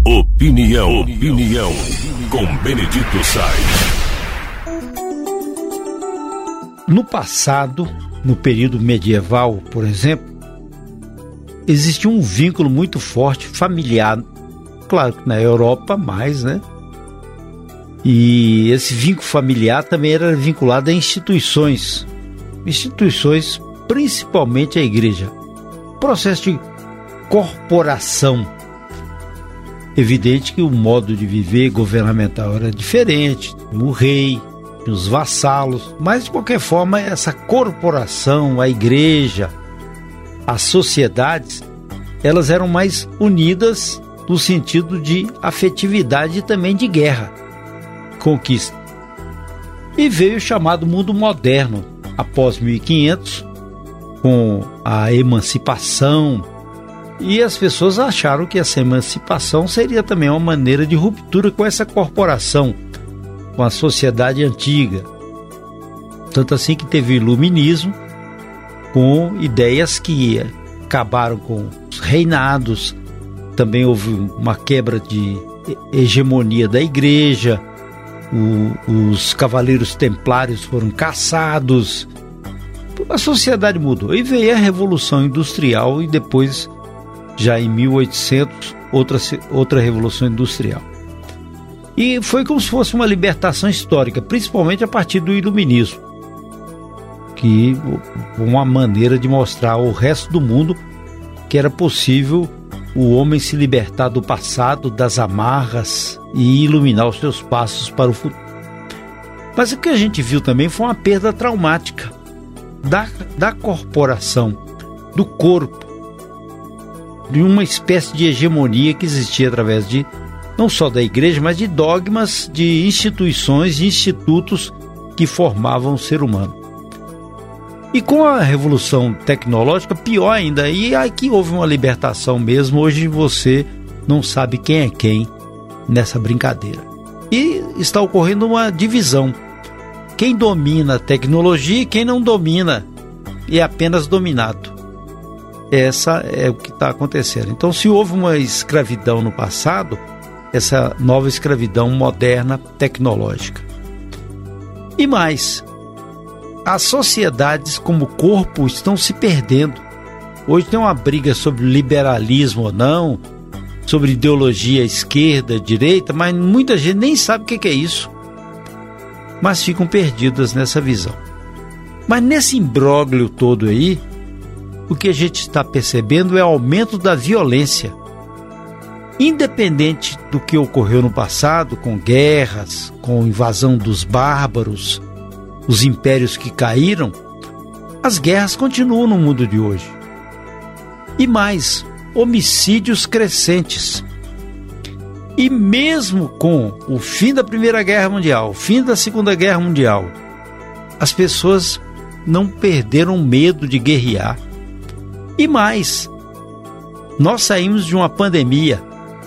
Opinião com Benedito Sainz. No passado, no período medieval, por exemplo, existia um vínculo muito forte, familiar, claro que na Europa mais, né? E esse vínculo familiar também era vinculado a instituições, principalmente a igreja. Processo de corporação. Evidente que o modo de viver governamental era diferente, o rei, os vassalos, mas de qualquer forma essa corporação, a igreja, as sociedades, elas eram mais unidas no sentido de afetividade e também de guerra, conquista. E veio o chamado mundo moderno, após 1500, com a emancipação, e as pessoas acharam que essa emancipação seria também uma maneira de ruptura com essa corporação, com a sociedade antiga. Tanto assim que teve o iluminismo, com ideias que acabaram com os reinados, também houve uma quebra de hegemonia da igreja, os cavaleiros templários foram caçados, a sociedade mudou. E veio a Revolução Industrial e depois, já em 1800, outra Revolução Industrial. E foi como se fosse uma libertação histórica, principalmente a partir do iluminismo, que uma maneira de mostrar ao resto do mundo que era possível o homem se libertar do passado, das amarras e iluminar os seus passos para o futuro. Mas o que a gente viu também foi uma perda traumática da corporação, do corpo, de uma espécie de hegemonia que existia através de, não só da igreja, mas de dogmas, de instituições e institutos que formavam o ser humano. E com a revolução tecnológica, pior ainda, e aqui houve uma libertação mesmo. Hoje você não sabe quem é quem nessa brincadeira. E está ocorrendo uma divisão. Quem domina a tecnologia e quem não domina e é apenas dominado. Essa é o que está acontecendo. Então, se houve uma escravidão no passado, essa nova escravidão moderna, tecnológica. E mais, as sociedades como corpo estão se perdendo. Hoje tem uma briga sobre liberalismo ou não, sobre ideologia esquerda, direita, mas muita gente nem sabe o que é isso. Mas ficam perdidas nessa visão. Mas nesse imbróglio todo aí, o que a gente está percebendo é o aumento da violência. Independente do que ocorreu no passado, com guerras, com invasão dos bárbaros, os impérios que caíram, as guerras continuam no mundo de hoje. E mais, homicídios crescentes. E mesmo com o fim da Primeira Guerra Mundial, o fim da Segunda Guerra Mundial, as pessoas não perderam medo de guerrear. E mais, nós saímos de uma pandemia,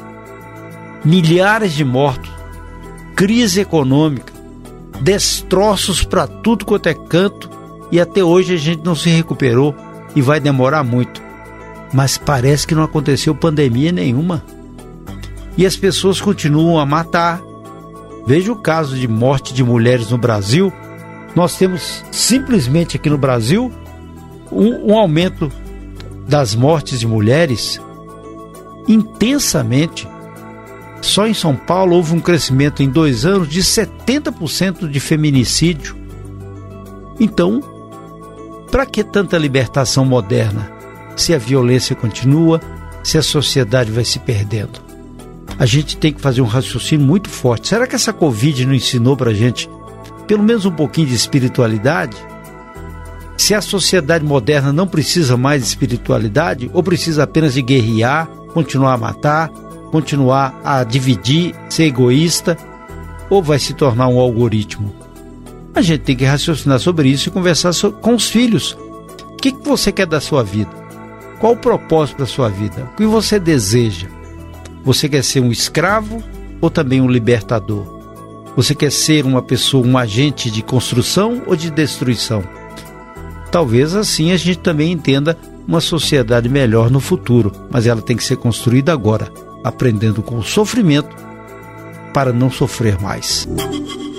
milhares de mortos, crise econômica, destroços para tudo quanto é canto, e até hoje a gente não se recuperou e vai demorar muito. Mas parece que não aconteceu pandemia nenhuma. E as pessoas continuam a matar. Veja o caso de morte de mulheres no Brasil. Nós temos simplesmente aqui no Brasil um aumento das mortes de mulheres intensamente. Só em São Paulo houve um crescimento em 2 anos de 70% de feminicídio. Então, para que tanta libertação moderna, se a violência continua, se a sociedade vai se perdendo? A gente tem que fazer um raciocínio muito forte. Será que essa Covid não ensinou para a gente pelo menos um pouquinho de espiritualidade? Se a sociedade moderna não precisa mais de espiritualidade, ou precisa apenas de guerrear, continuar a matar, continuar a dividir, ser egoísta, ou vai se tornar um algoritmo? A gente tem que raciocinar sobre isso e conversar com os filhos. O que você quer da sua vida? Qual o propósito da sua vida? O que você deseja? Você quer ser um escravo ou também um libertador? Você quer ser uma pessoa, um agente de construção ou de destruição? Talvez assim a gente também entenda uma sociedade melhor no futuro, mas ela tem que ser construída agora. aprendendo com o sofrimento para não sofrer mais.